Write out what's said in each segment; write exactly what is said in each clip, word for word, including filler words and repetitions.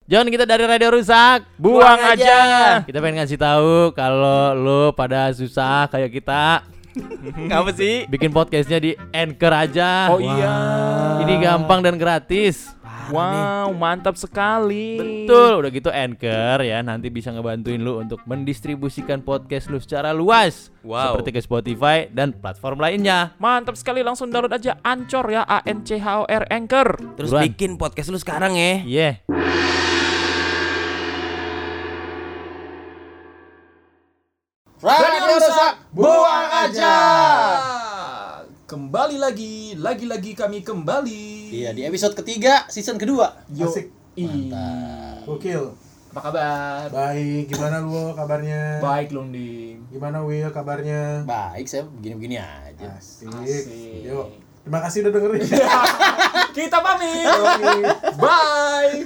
Jangan kita dari Radio Rusak, buang, buang aja. aja. Kita pengen ngasih tahu kalau lo pada susah kayak kita. Ngapa sih? Bikin podcastnya di Anchor aja. Oh iya. Ini gampang dan gratis. Wow, mantap sekali. Betul, udah gitu Anchor ya nanti bisa ngebantuin lu untuk mendistribusikan podcast lu secara luas. Wow. Seperti ke Spotify dan platform lainnya. Mantap sekali, langsung download aja Anchor ya, A N C H O R Anchor. Terus Buruan. bikin podcast lu sekarang ya. Iya. Yeah. Radio Rusak, buang aja. Kembali lagi, lagi-lagi kami kembali. Iya, di episode ketiga, season kedua. Yo, Asik. Mantap. Gokil. Apa kabar? Baik, gimana lu kabarnya? Baik, Lunding. Gimana Will kabarnya? Baik, saya begini-begini aja. Asik. Asik. Yuk. Terima kasih udah dengerin. Kita pamit. Bye.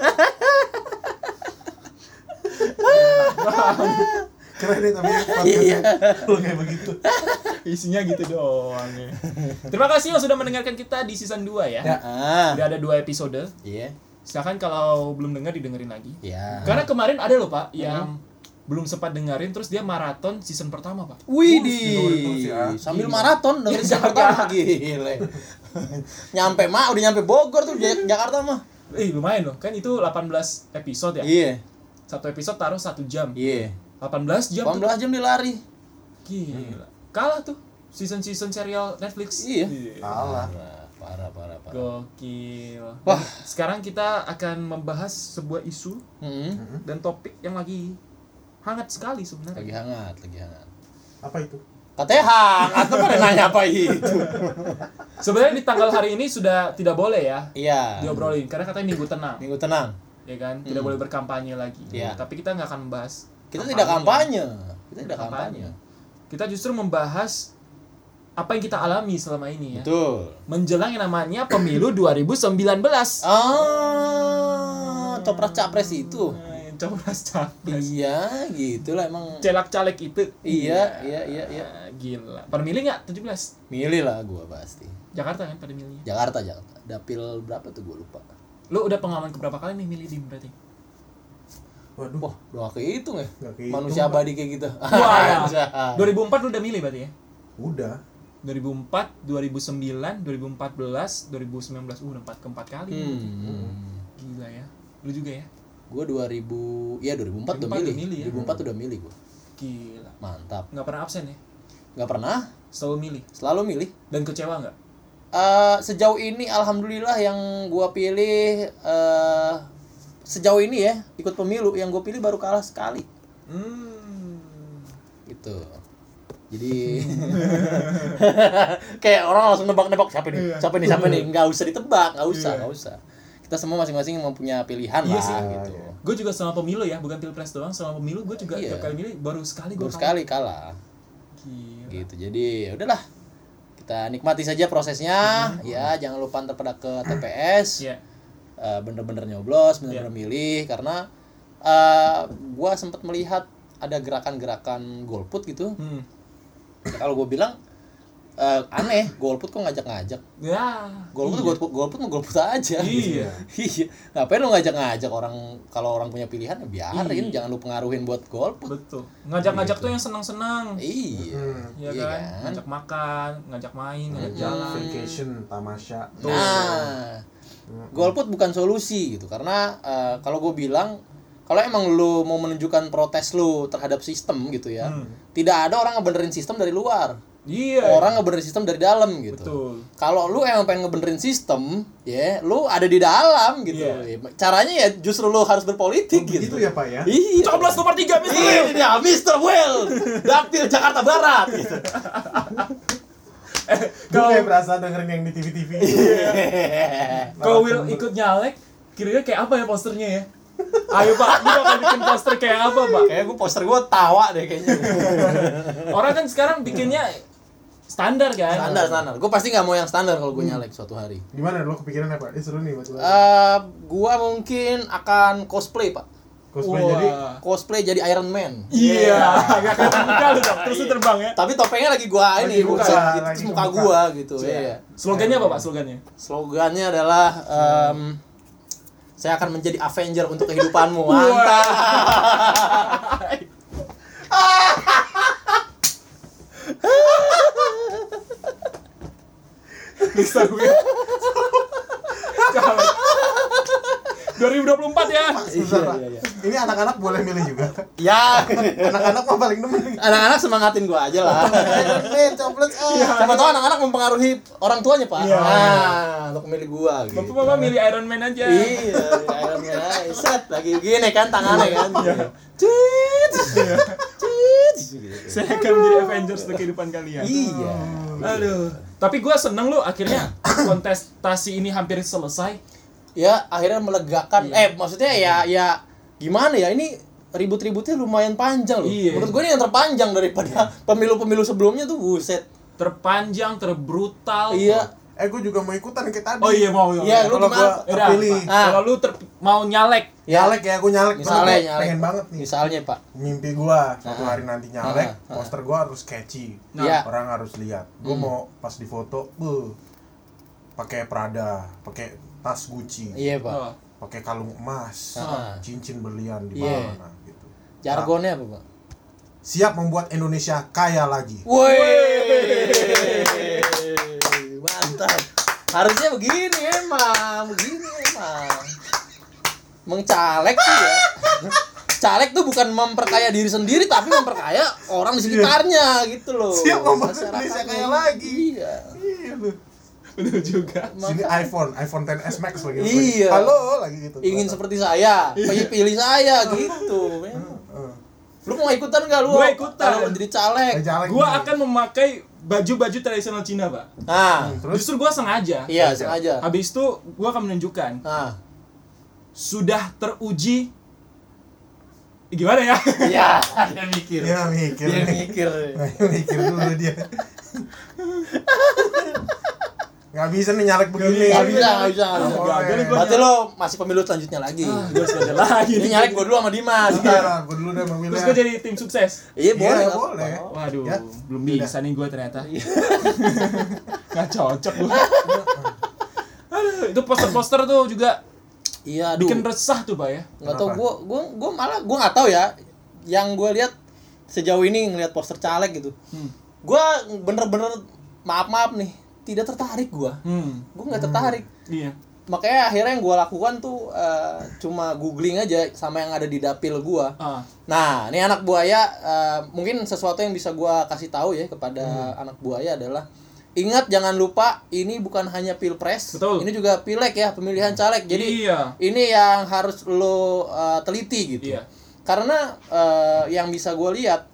Keren nih tapi podcastnya lu kayak begitu. Isinya gitu doang ya. Terima kasih yang sudah mendengarkan kita di season dua ya. Ya. Ah. Udah ada dua episode. Iya. Silakan kalau belum dengar didengerin lagi. Iya. Karena kemarin ada loh Pak yang belum sempat dengerin terus dia maraton season pertama Pak. Wih, dengerin terus ya. sambil maraton dengerin Iya. season pertama gile. Nyampe mah udah nyampe Bogor tuh Jak- Jakarta mah. Eh lumayan loh, kan itu delapan belas episode ya. Iya. Satu episode taruh satu jam. Iya. delapan belas jam. delapan belas jam dia lari. Gila. Kalah tuh season-season serial Netflix. Iya. Salah. Parah, parah, parah. Gokil. Wah. Sekarang kita akan membahas sebuah isu Mm-hmm. dan topik yang lagi hangat sekali sebenarnya. Lagi hangat, lagi hangat. Apa itu? Katanya hangat, tuh pada nanya apa itu? Sebenarnya di tanggal hari ini sudah tidak boleh ya Iya. diobrolin karena katanya minggu tenang, Minggu tenang. ya kan? Tidak Hmm. boleh berkampanye lagi. Iya. Tapi kita nggak akan membahas. Kita tidak kampanye. Kita tidak Kampanye. kampanye. Kita justru membahas apa yang kita alami selama ini ya. Betul. Menjelang yang namanya pemilu dua ribu sembilan belas. Ah, copras capres itu. Cobras capres. Iya, gitulah emang. Celak-calek itu. Iya, iya, iya, iya. Ah, gila. Pada milih nggak tujuh belas? Milih lah gua pasti. Jakarta kan pada milihnya. Jakarta, Jakarta. Dapil berapa tuh gua lupa. Lu udah pengalaman keberapa kali nih milih Dim berarti? Waduh. Wah, udah kehitung ya. Nggak kehitung, Manusia Pak. abadi kayak gitu. Wah. Anjay. dua ribu empat lu udah milih berarti ya? Udah. dua ribu empat, dua ribu sembilan, dua ribu empat belas, dua ribu sembilan belas. Uh, udah empat keempat kali. Hmm. Gila ya. Lu juga ya? Gua dua ribu, iya dua ribu empat udah dua ribu empat milih. udah milih ya? dua ribu empat udah milih gua. Gila. Mantap. Nggak pernah absen ya? Nggak pernah, Selalu milih. selalu milih. Dan kecewa nggak? Eh, sejauh ini alhamdulillah yang gua pilih eh sejauh ini ya ikut pemilu yang gua pilih baru kalah sekali Hmm. gitu. Jadi kayak orang langsung nebak-nebak siapa nih? Siapa nih? Siapa nih? Nggak usah ditebak, nggak usah, Iya. nggak usah. Kita semua masing-masing mempunyai pilihan Iya lah sih. gitu. Gue juga selama pemilu ya, bukan pilpres doang. Selama pemilu gue juga Iya. tiap kali milih baru sekali gue Baru sekali kalah. Gila. Gitu. Jadi ya udahlah. Kita nikmati saja prosesnya, ya jangan lupa antar pada ke T P S. Iya. Eh, bener-bener nyoblos, bener-bener Iya. milih karena eh gua sempat melihat ada gerakan-gerakan golput gitu. Hmm. Kalau gua bilang eh, aneh, golput kok ngajak-ngajak. Ya. Golput iya. golput golput mau golput aja. Iya. Iya. Ngapain lu ngajak-ngajak orang kalau orang punya pilihan ya biarin, Iya. jangan lu pengaruhin buat golput. Betul. Ngajak-ngajak Gitu. tuh yang senang-senang. Iya. Hmm. Iya Iya kan? kan? Ngajak makan, ngajak main, ngajak Hmm. jalan. Vacation, tamasya. Nah, golput bukan solusi gitu karena eh, kalau gue bilang kalau emang lu mau menunjukkan protes lu terhadap sistem gitu ya, Hmm. tidak ada orang ngebenerin sistem dari luar, Iya. orang ngebenerin sistem dari dalam gitu. Betul. Kalau lu emang pengen ngebenerin sistem, ya lu ada di dalam gitu. Iya. Caranya ya justru lu harus berpolitik Begitu gitu. ya Pak ya? Iya. Coblos nomor tiga mister Iya, ini dia mister Well, Dapil Jakarta Barat gitu. Gue kayak berasa dengerin yang di T V-T V itu. Kalau Will ikut nyalek, kira-kira kayak apa ya posternya ya? Ayo Pak, lu bakal bikin poster kayak apa Pak? Kayak gue poster gue tawa deh kayaknya. Orang kan sekarang bikinnya standar kan? Standar standar. Gue pasti nggak mau yang standar kalau gue nyalek suatu hari. Gimana lo kepikiran apa? Eh seru nih buat lo. Eh, gua mungkin akan cosplay, Pak. Cosplay Wah. jadi Cosplay jadi Iron Man. Iya, nggak kelihatan muka lu dong, terus lu terbang ya. Tapi topengnya lagi gua Lagi ini, buka, buka, lagi terus muka kebuka. gua gitu. Iya. Slogannya apa Pak slogannya? Slogannya adalah em, Saya akan menjadi Avenger untuk kehidupanmu. Mantap. Bisa gue. Caleg. dua ribu dua puluh empat ya. Susah, Pak. Ini anak-anak boleh milih juga. Ya, Anak-anak mah paling demen. anak-anak semangatin gua aja lah. Men, coplet ah. Siapa tahu anak-anak mempengaruhi orang tuanya, Pak. Iya. Nah, untuk milih gua gitu. Bapak-bapak milih Iron Man aja. Iya, Iron Man aja. Set lagi gini kan tangannya kan. Cut. Cut. Saya akan menjadi Avengers untuk kehidupan kalian. Iya. Aduh. Tapi gue seneng lu akhirnya kontestasi ini hampir selesai. Ya, akhirnya melegakan. Eh, maksudnya ya ya gimana ya? Ini ribut-ributnya lumayan panjang loh. Iya. Menurut gue ini yang terpanjang daripada pemilu-pemilu sebelumnya tuh, buset. Terpanjang, terbrutal. Iya. Eh, gue juga mau ikutan kayak tadi. Oh iya mau. Iya, lu Kalau gimana? gua Yaudah, terpilih. Ah. Kalau lu ter- mau nyalek. Nyalek ya, aku nyalek. Misalnya, Bener, gua nyalek. pengen banget nih. Misalnya, Pak. Mimpi gua suatu Ah. hari nanti nyalek, Ah, ah. poster gua harus catchy. Iya. Orang harus lihat. Gua Hmm. mau pas di foto, buh, pakai Prada, pakai tas Gucci, Iya, Pak. Oh. pakai kalung emas, Ah. cincin berlian di Iya. mana gitu. Jargonnya apa, Pak? Siap membuat Indonesia kaya lagi. Woi. Mantap. Harusnya begini emang, begini emang. Mengcaleg tuh ya. Caleg tuh bukan memperkaya diri sendiri tapi memperkaya orang di sekitarnya gitu loh. Siap membuat Masyarakatnya. Indonesia kaya lagi. Iya. Iya lu. Bener juga. Sini iPhone, iPhone X S Max lagi. Iya. Halo lagi gitu. Ingin seperti saya, pilih pilih saya gitu. memang. Heeh. Lu mau ikutan gak lu? Gua ikutan. Kalau menjadi caleg. Eh, caleg Gua nih. akan memakai baju-baju tradisional Cina, Pak. Nah, Terus Justru gua sengaja. iya sengaja. Habis itu gua akan menunjukkan Nah, sudah teruji. Gimana ya? iya, dia mikir. dia mikir. Dia nih. mikir. mikir dulu dia. Nggak bisa nih nyalek begini. Gak bisa, gak bisa. Nggak Gak boleh. Gagal gua. Berarti lo masih pemilu selanjutnya lagi. Ah, gua sengaja lagi. Ini nyalek gue dulu sama Dimas. Iya, gue dulu udah memilih. Terus gua jadi tim sukses. Iya boleh. Iya, nggak boleh. apa-apa. Waduh, Ya. belum bisa nih gua ternyata. Nggak cocok gua. Aduh, itu poster-poster tuh juga Iya, aduh. bikin resah tuh, Pak ya. Nggak tahu Kenapa? gue, gue, gue malah gue nggak tahu ya. Yang gue lihat sejauh ini ngelihat poster caleg gitu, Hmm. gue bener-bener maaf maaf nih, tidak tertarik gue. Hmm. Gue nggak tertarik. Iya. Makanya akhirnya yang gue lakukan tuh eh, cuma googling aja sama yang ada di dapil gue. Ah. Nah, ini anak buaya, eh, mungkin sesuatu yang bisa gua kasih tahu ya kepada anak buaya adalah ingat jangan lupa ini bukan hanya pilpres, Betul. ini juga pileg ya, pemilihan caleg. Jadi Iya. ini yang harus lo eh, teliti gitu. Iya. Karena eh, yang bisa gua lihat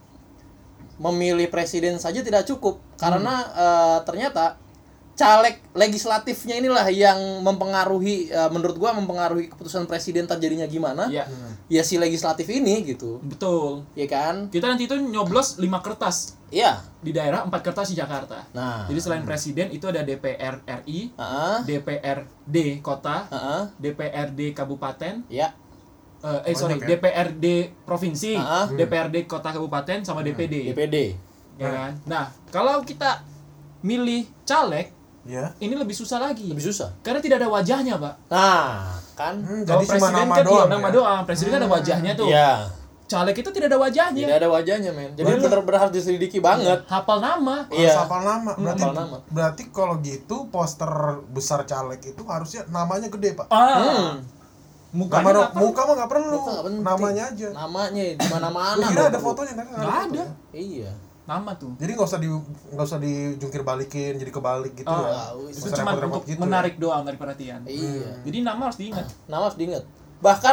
memilih presiden saja tidak cukup karena eh, ternyata caleg legislatifnya inilah yang mempengaruhi eh, menurut gua mempengaruhi keputusan presiden terjadinya gimana. Iya. Ya si legislatif ini gitu. Betul. Iya kan? Kita nanti itu nyoblos lima kertas Iya. di daerah, empat kertas di Jakarta. Nah. Jadi selain presiden itu ada D P R R I, Heeh. D P R D kota, Heeh. D P R D kabupaten, Ya. eh, eh sorry, Banyak ya? D P R D provinsi, Ah. D P R D kota kabupaten sama D P D. D P D. Ya kan? Nah, kalau kita milih caleg, Ya. ini lebih susah lagi. Lebih susah. Karena tidak ada wajahnya, Pak. Nah, kan? Hmm, Kalau jadi cuma presiden nama kan doang. iya, nama ya? doang. Presiden kan ada wajahnya tuh. Iya. Caleg itu tidak ada wajahnya. Tidak ada wajahnya, men. Jadi Berarti- benar-benar harus diselidiki banget. Hafal nama. Harus Iya. hafal nama. Berarti hafal nama. berarti kalau gitu poster besar caleg itu harusnya namanya gede, Pak. Ah. Hmm. Mukanya Nama nggak perlu. muka mah nggak perlu. Muka nggak penting. Namanya aja. Namanya di mana-mana. Lu kira loh. ada fotonya kan? Nggak ada. Iya. Nama tuh. Jadi nggak usah di nggak usah dijungkir balikin, jadi kebalik gitu Oh, ya. itu Nggak usah cuma repot-repot untuk gitu menarik doang dari perhatian. Iya. Jadi nama harus diingat. Nama harus diingat. Bahkan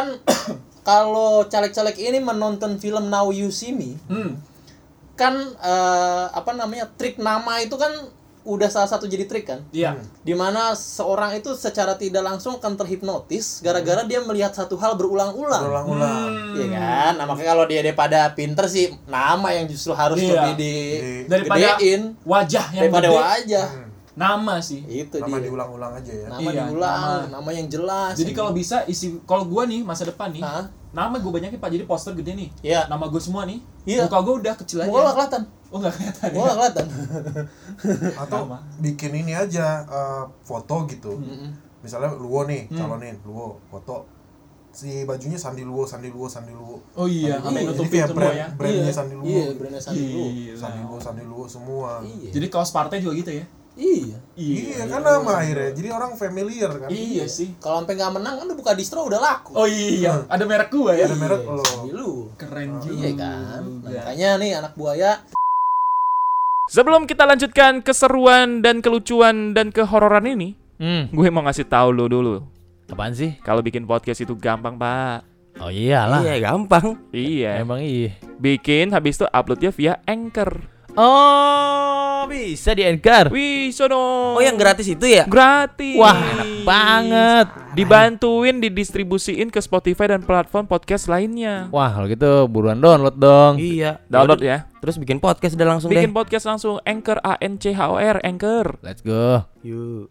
kalau caleg-caleg ini menonton film Now You See Me, Hmm. kan eh, apa namanya? Trik nama itu kan udah salah satu jadi trik kan? Iya. Dimana seorang itu secara tidak langsung akan terhipnotis gara-gara dia melihat satu hal berulang-ulang. Berulang-ulang. Iya kan? Nah, makanya kalau dia daripada pinter sih nama yang justru harus Iya. lebih di Daripada gedein wajah yang daripada gede, wajah. Hmm. nama sih. Itu Nama dia. diulang-ulang aja ya. Nama Iya, diulang, nama. nama yang jelas. Jadi kalau bisa isi kalau gua nih masa depan nih, Hah? nama gue banyakin Pak, jadi poster gede nih. Iya. Nama gue semua nih. Iya. Muka gue udah kecil aja. Muka lo nggak kelihatan. Oh enggak kelihatan. Muka Ya? nggak kelihatan. Atau Nama. bikin ini aja eh, foto gitu. Mm-mm. Misalnya Luwo nih, calonin Luwo, foto si bajunya Sandiluwo, Sandiluwo, Sandiluwo. Oh iya, sampai Jadi nutupin kayak semua brand, ya. brandnya Iya, Sandiluwo. iya, brandnya Sandiluwo. Gila. Sandiluwo, Sandiluwo semua. Iya. Jadi kaos partai juga gitu ya? Iya. Iya, kan nama akhirnya. Jadi orang familiar kan. Iya sih. Kalau sampai nggak menang kan udah buka distro udah laku. Oh iya, ada merek gua ya. Ada merek lo. Lu. Keren juga. Iya kan. Makanya nih anak buaya. Sebelum kita lanjutkan keseruan dan kelucuan dan kehororan ini, Hmm, gue mau ngasih tahu lo dulu. apaan sih? Kalau bikin podcast itu gampang, Pak. Oh iyalah. Iya gampang. Iya. Emang iya. Bikin habis itu uploadnya via Anchor. Oh, bisa di Anchor. Wih, sono. Oh yang gratis itu ya? Gratis. Wah, enak banget. Dibantuin didistribusiin ke Spotify dan platform podcast lainnya. Wah, kalau gitu buruan download dong. Iya. Download ya. Terus bikin podcast udah langsung Bikin deh. podcast langsung Anchor A N C H O R Anchor. Let's go. Yuk.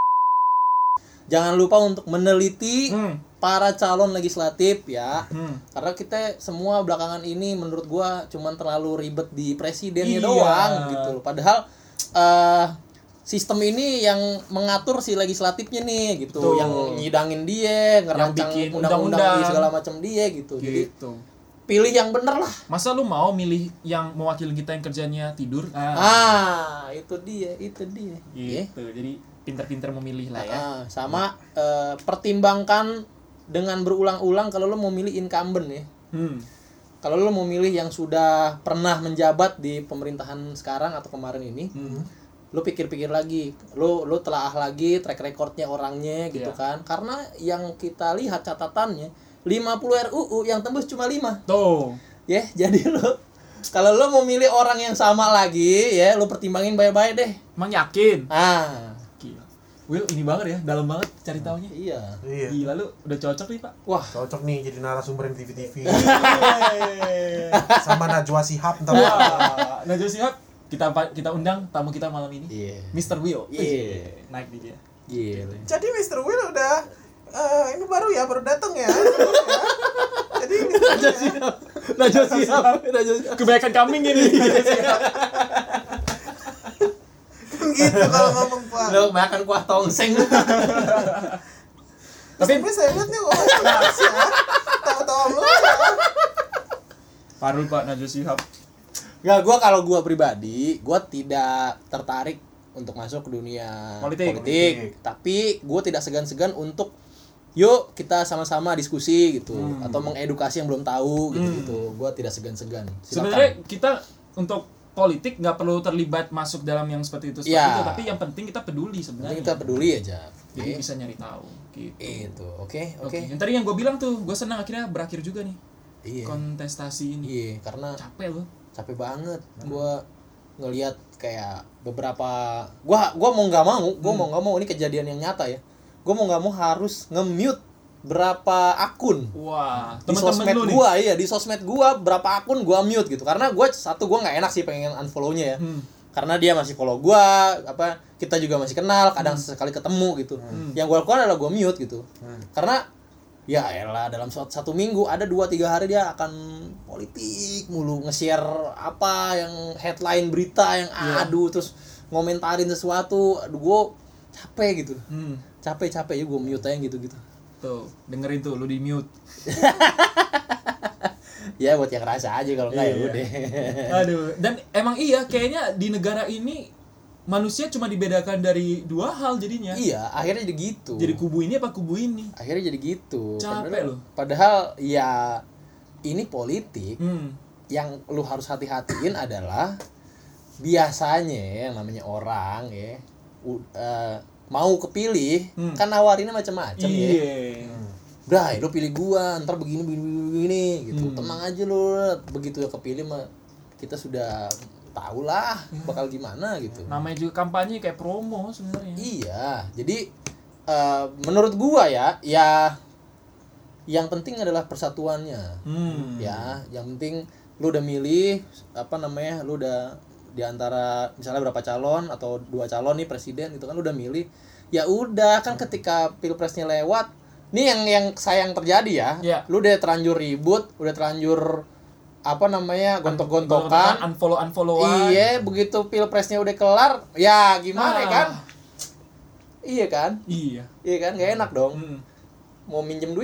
Jangan lupa untuk meneliti Hmm. para calon legislatif ya. Hmm. Karena kita semua belakangan ini menurut gua cuman terlalu ribet di presidennya Iya. doang gitu loh. Padahal eh sistem ini yang mengatur si legislatifnya nih gitu, Betul. yang nyidangin dia, ngerancang bikin undang-undang undang-undang. di segala macam dia gitu. Jadi Gitu. pilih yang bener lah. Masa lu mau milih yang mewakili kita yang kerjanya tidur? Ah. Ah, itu dia, itu dia. Ya. Gitu. Jadi pinter-pinter memilih lah ya. Ah, sama eh, pertimbangkan dengan berulang-ulang kalau lo mau milih incumbent ya. Hmm. Kalau lo mau milih yang sudah pernah menjabat di pemerintahan sekarang atau kemarin ini, lo pikir-pikir lagi, lo lo telaah lagi track recordnya orangnya gitu Iya. kan. Karena yang kita lihat catatannya lima puluh R U U yang tembus cuma lima. Tuh. Ya, jadi lo kalau lo mau milih orang yang sama lagi ya, lo pertimbangin baik-baik deh. Emang yakin? Ah, Gila. Will ini banget ya, dalam banget cari taunya. iya. Iya. Gila lu udah cocok nih, Pak. Wah, Cocok nih jadi narasumber M T V T V. Sama Najwa Shihab ntar. Wah, Najwa Shihab kita kita undang tamu kita malam ini. iya. mister Will. Iya. Wih, naik nih dia. Gila. Jadi mister Will udah eh, ini baru ya, baru datang ya. Jadi mister Will Najwa Shihab, Najwa Shihab. Kebanyakan kambing ini. gitu kalau ngomong Pak. Lo makan kuah tongseng. Tapi saya lihat nih orang keras ya. Tahu-tahu lu ya. Parul Pak Najwa Shihab. Nggak, gue kalau gue pribadi, gue tidak tertarik untuk masuk ke dunia Politik. politik. Politik. Tapi gue tidak segan-segan untuk yuk kita sama-sama diskusi gitu, Hmm. atau mengedukasi yang belum tahu gitu-gitu. Gue tidak segan-segan. Silakan. Sebenarnya kita untuk politik nggak perlu terlibat masuk dalam yang seperti itu seperti Iya. itu, tapi yang penting kita peduli Penting sebenarnya. kita peduli aja. Jadi Oke. bisa nyari tahu gitu. Itu, oke, oke. Oke. Yang tadi yang gue bilang tuh, gue senang akhirnya berakhir juga nih Iya. kontestasi ini. Iya, karena Capek loh. capek banget gue ngelihat kayak beberapa gua gua mau nggak mau gua mau nggak mau ini kejadian yang nyata ya, gua mau nggak mau harus nge-mute berapa akun Wah, di teman-teman sosmed lu nih. gua. Iya, di sosmed gua berapa akun gua mute gitu, karena gua satu gua nggak enak sih pengen unfollow-nya ya. Hmm. Karena dia masih follow gua, apa kita juga masih kenal, kadang sekali ketemu gitu. Yang gua lakukan adalah gua mute gitu. Karena ya elah dalam suatu satu minggu ada dua tiga hari dia akan politik mulu, nge-share apa yang headline berita yang aduh, terus ngomentarin sesuatu. Aduh, gua capek gitu. Hmm. Capek-capek ya gua mute aja gitu-gitu. Tuh, dengerin tuh lu di mute. Ya buat yang rasa aja, kalau enggak ya Iya. udah. Aduh, dan emang iya kayaknya di negara ini manusia cuma dibedakan dari dua hal jadinya. Iya, akhirnya jadi gitu. Jadi kubu ini apa kubu ini? Akhirnya jadi gitu. Capek padahal, loh. Padahal ya ini politik, Hmm. yang lu harus hati-hatiin adalah biasanya yang namanya orang ya u- eh, mau kepilih Hmm. kan nawarinnya macam-macam ya. Iya. Bray, lu pilih gua, ntar begini begini begini gitu. Hmm. Tenang aja lu, begitu ya kepilih mah kita sudah tahu lah bakal gimana gitu. Namanya juga kampanye kayak promo sebenarnya. Iya, jadi eh, menurut gua ya, ya yang penting adalah persatuannya. Hmm. Ya, yang penting lu udah milih apa namanya, lu udah di antara misalnya berapa calon atau dua calon nih presiden gitu kan, lu udah milih. Ya udah kan, ketika pilpresnya lewat, nih yang yang sayang terjadi ya. Iya. Lu udah terlanjur ribut, udah terlanjur apa namanya, gontok-gontokan. unfollow unfollowan. Iya, begitu pilpresnya udah kelar, ya gimana Ah. kan? Iya kan? Iya. Iya kan, nggak enak dong. Hmm. Mau minjem duit,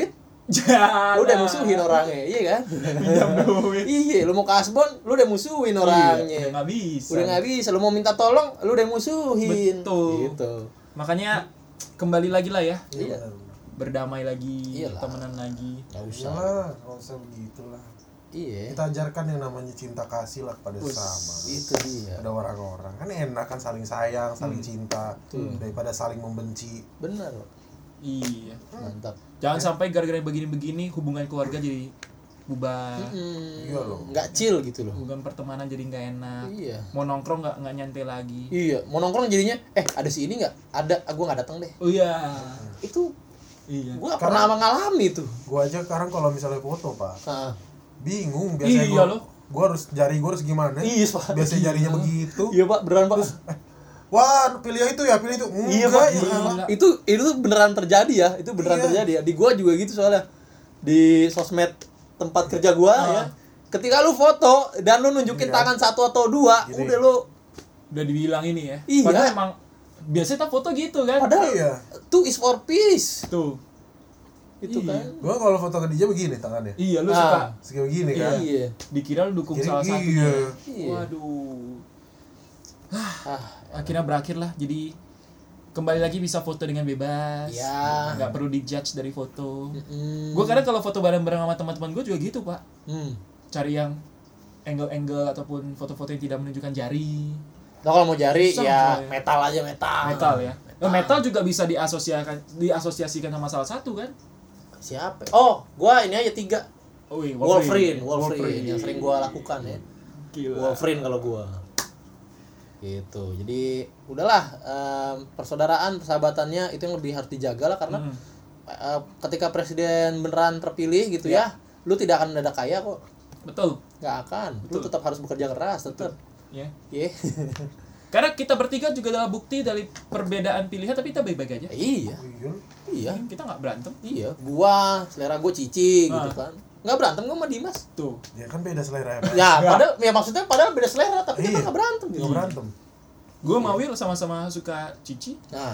Jangan. Lu udah musuhin orangnya, iya kan? Pinjam duit. Iya, lu mau kasbon, lu udah musuhin Iya, orangnya. udah nggak bisa. Udah nggak bisa, lu mau minta tolong, lu udah musuhin. Betul. Gitu. Makanya kembali lagi lah ya, Iya. berdamai lagi, Iyalah. temenan lagi. Nggak usah. Iyalah, nggak usah begitulah. Iya. Kita ajarkan yang namanya cinta kasih lah kepada Us, sesama. Itu dia. Ada orang-orang kan enak kan saling sayang, saling cinta daripada saling membenci. Benar. Iya. Mantap. Jangan sampai gara-gara begini-begini hubungan keluarga jadi bubar. Hmm, Iya loh. nggak chill gitu loh. Hubungan pertemanan jadi nggak enak. Iya. Mau nongkrong nggak nggak nyantai lagi. Iya, mau nongkrong jadinya, eh ada si ini nggak? Ada, ah, gua nggak datang deh. Oh iya. Itu Iya. gua pernah mengalami tuh. Gua aja sekarang kalau misalnya foto, Pak, Nah, bingung biasanya Iya gua, loh. gua harus jari gua harus gimana? Iya, Pak. Biasanya jarinya begitu. iya pak, beneran pak. Wah, pilih yang itu ya, pilih itu. Iya Enggak, pak, ya. Gila. itu itu tuh beneran terjadi ya, itu beneran Iya. terjadi ya. Di gua juga gitu soalnya, di sosmed tempat kerja gua ya. Ketika lu foto dan lu nunjukin Iya. tangan satu atau dua, Gini. udah lu. Udah dibilang ini ya. Iya. Padahal emang biasanya kita foto gitu kan. Padahal Iya. two is for peace, Tuh. itu Iya. kan. Gua kalau foto ke dia begini tangannya. Iya, lu Ah. suka Segini begini kan. Iya. dikira lu dukung Jadi salah satu. iya. Iya. Waduh. Ah, Akhirnya berakhir lah. Jadi kembali lagi bisa foto dengan bebas. Iya. Nggak perlu dijudge dari foto. mm, Gue kadang kalau foto bareng-bareng sama teman-teman gue juga gitu, Pak. hmm. Cari yang angle-angle ataupun foto-foto yang tidak menunjukkan jari. Nah, kalau mau jari Susah, ya coy. metal aja metal. Metal ya. Nah, metal juga bisa diasosiasikan diasosiasikan sama salah satu kan? Siapa? Oh, gua ini aja tiga. Oh, iya, Wolverine, Wolverine, yang sering gua lakukan ya. Gila. Wolverine kalau gua. Gitu. Jadi udahlah, em, persaudaraan, persahabatannya itu yang lebih harus dijaga lah karena Hmm. eh, ketika presiden beneran terpilih gitu ya, lu tidak akan mendadak kaya kok. Betul. Nggak akan. Lu tetap harus bekerja keras, tetap. Ya. Iya. Karena kita bertiga juga adalah bukti dari perbedaan pilihan tapi kita baik-baik aja. Iya. Iya. Iya. Kita nggak berantem. Iya. Gua selera gua cici gitu Ah. kan. Nggak berantem gua sama Dimas. Tuh. Ya kan beda selera ya, Pak. Ya, padahal ya maksudnya padahal beda selera tapi kita Iya. nggak berantem gitu. Nggak berantem. Gue sama Will sama-sama suka Cici. Nah.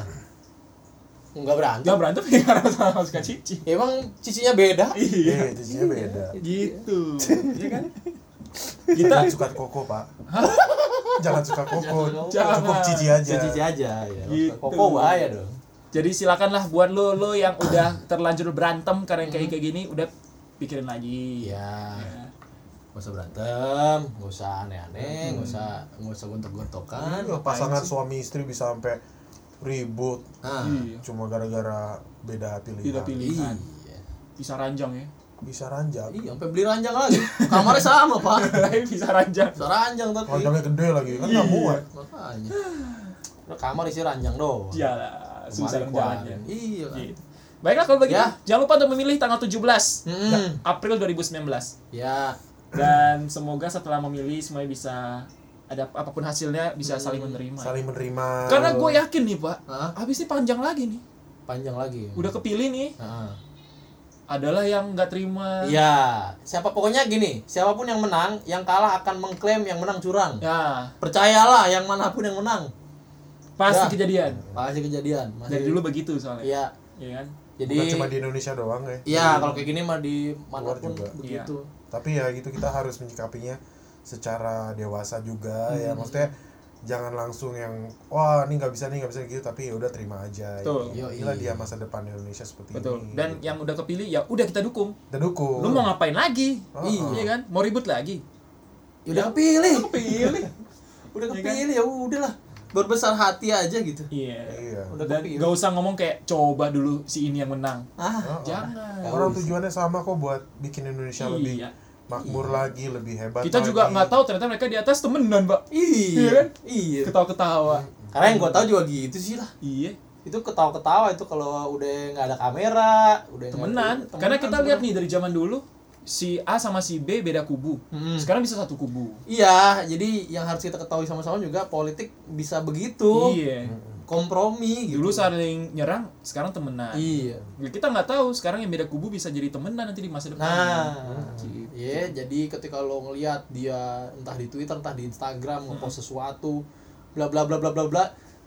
Nggak berantem. Gak berantem ya karena sama-sama suka Cici. Emang cicinya beda? Iya, cicinya beda. Gitu. Iya kan? Kita suka koko, Pak. Jangan suka koko. Jangan. Cukup cici aja. Cici aja ya. Gitu. Koko bahaya dong. Jadi silakanlah buat lo lo yang udah terlanjur berantem karena kayak kayak gini udah pikirin lagi. Iya. Ya. Gak usah berantem, gak usah aneh-aneh, gak usah gak usah gontok-gontokan. Iya, pasangan suami istri bisa sampai ribut Nah, Iya. cuma gara-gara beda pilihan. Beda pilihan. iya. Bisa ranjang ya. Bisa ranjang. Iya, sampai beli ranjang lagi. Kamarnya sama, Pak. Bisa ranjang. Bisa ranjang tapi. Ranjangnya gede lagi kan nggak muat. Makanya. Nah, kamar isi ranjang doang. Iyalah, susah Kemarin jalannya. keluarin. Iya kan. Gitu. Baiklah kalau begitu, Ya. jangan lupa untuk memilih tanggal tujuh belas Hmm. April dua ribu sembilan belas. Ya. Dan semoga setelah memilih semuanya bisa ada apapun hasilnya bisa saling menerima. Saling menerima. Karena gue yakin nih Pak, Hah? habis ini panjang lagi nih. Panjang lagi. Udah kepilih nih, Heeh. adalah yang nggak terima. Iya, siapa pokoknya gini, siapapun yang menang, yang kalah akan mengklaim yang menang curang. Ya, Percayalah, yang manapun yang menang. pasti Ya. kejadian. Pasti kejadian. Masih- Dari dulu begitu soalnya. Iya. Iya kan? Jadi Bukan cuma di Indonesia doang ya. iya, kalau kayak gini mah di manapun juga. begitu. Tapi ya gitu kita harus menyikapinya secara dewasa juga ya. Maksudnya jangan langsung yang wah ini nggak bisa nih nggak bisa gitu tapi ya udah terima aja. Betul. Ya. Inilah dia masa depan Indonesia seperti Betul. ini. Dan yang udah kepilih ya udah kita dukung. dan dukung. Lu mau ngapain lagi? Oh, Iya kan? Mau ribut lagi? Ya udah kepilih. Pilih. Udah Iya kan? kepilih ya udahlah. Berbesar hati aja gitu. Iya. Iya. Udah Dan kepilih. gak usah ngomong kayak coba dulu si ini yang menang. Ah, Oh, oh. Jangan. Orang tujuannya sama kok buat bikin Indonesia lebih Iya. makmur lagi, lebih hebat. Kita juga lagi. nggak tahu ternyata mereka di atas temenan, Pak. Iya iya. kan? Iya. Ketawa-ketawa. Karena yang gua tahu juga gitu sih lah. Iya. Itu ketawa-ketawa itu kalau udah nggak ada kamera, udah nggak- Temenan. temenan, Karena kita temenan. lihat nih dari zaman dulu si A sama si B beda kubu. Mm. Sekarang bisa satu kubu. Iya, jadi yang harus kita ketahui sama-sama juga politik bisa begitu. Iya. Kompromi gitu. Dulu saling nyerang, sekarang temenan. Iya. Ya, kita nggak tahu sekarang yang beda kubu bisa jadi temenan nanti di masa depan. Nah, iya, jadi ketika lo ngelihat dia entah di Twitter, entah di Instagram ngepost sesuatu, bla bla bla bla bla bla,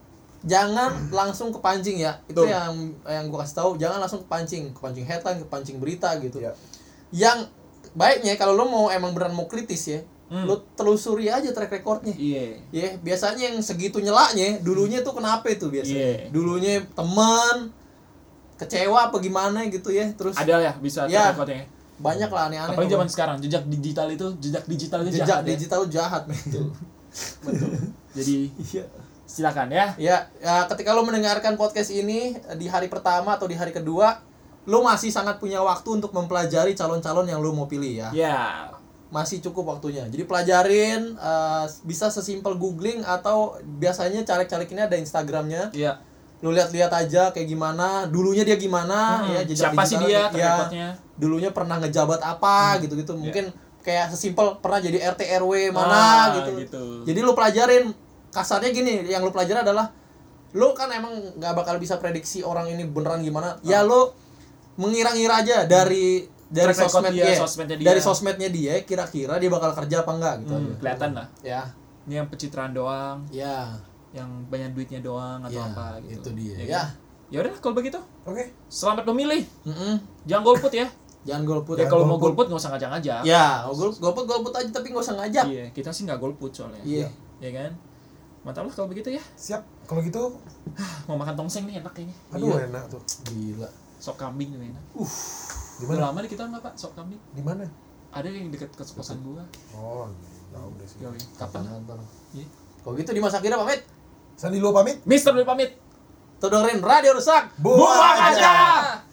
jangan langsung kepancing ya. Itu Tuh. yang yang gua kasih tahu, jangan langsung kepancing, kepancing headline, kepancing berita gitu. Iya. Yang baiknya kalau lo mau emang beneran mau kritis ya, Hmm. lo telusuri aja track recordnya. Iya. Ya, biasanya yang segitu nyelaknya, dulunya tuh kenapa itu Iya. biasanya? Dulunya teman kecewa apa gimana gitu ya, terus Ada ya bisa Ya. track recordnya. banyak lah aneh-aneh. Apalagi zaman sekarang jejak digital itu jejak digital itu jejak jahat ya. digital jahat men. Jadi Iya. silakan ya. Ya, ya, ketika lo mendengarkan podcast ini di hari pertama atau di hari kedua, lo masih sangat punya waktu untuk mempelajari calon-calon yang lo mau pilih ya. Ya. Masih cukup waktunya. Jadi pelajarin, eh, bisa sesimpel googling atau biasanya caleg-caleg ini ada Instagramnya. Iya. Lu lihat-lihat aja kayak gimana, dulunya dia gimana Hmm, ya, jejak siapa sih dia digitalnya, track ya, recordnya? dulunya pernah ngejabat apa gitu-gitu. Mungkin kayak sesimpel pernah jadi R T R W mana Ah, gitu. gitu. Jadi lu pelajarin, kasarnya gini, yang lu pelajarin adalah lu kan emang nggak bakal bisa prediksi orang ini beneran gimana. Ya lu mengira-ngira aja dari dari Track record sosmed dia, dia, sosmednya dia. dari sosmednya dia kira-kira dia bakal kerja apa enggak gitu aja. Kelihatan lah. Ya, Ini yang pencitraan doang, ya, yang banyak duitnya doang atau ya, apa gitu. itu dia. Ya. Ya, kan? Ya udah kalau begitu. Oke. Selamat memilih. Mm-mm. Jangan golput ya. Jangan golput. Ya Jangan kalau mau golput. golput nggak usah ngajak-ngajak. Ya, golput golput golput aja tapi nggak usah ngajak. Iya, kita sih nggak golput soalnya. Iya. Ya kan? Mantap lah kalau begitu ya. Siap. Kalau gitu, Mau makan tongseng nih enak kayaknya. aduh Iya. enak tuh. Gila. Sop kambing juga enak. Di Udah mana? lama nih kita nggak pak sop kambing. Di mana? Ada yang deket kos-kosan gua. Oh, jauh deh sih. Yoi, kapan? Nonton. Iya. Kalau gitu di masa kira pamit. Sandi lu pamit. Mister Dwi pamit. Tuh dengerin Radio Rusak. Buang aja.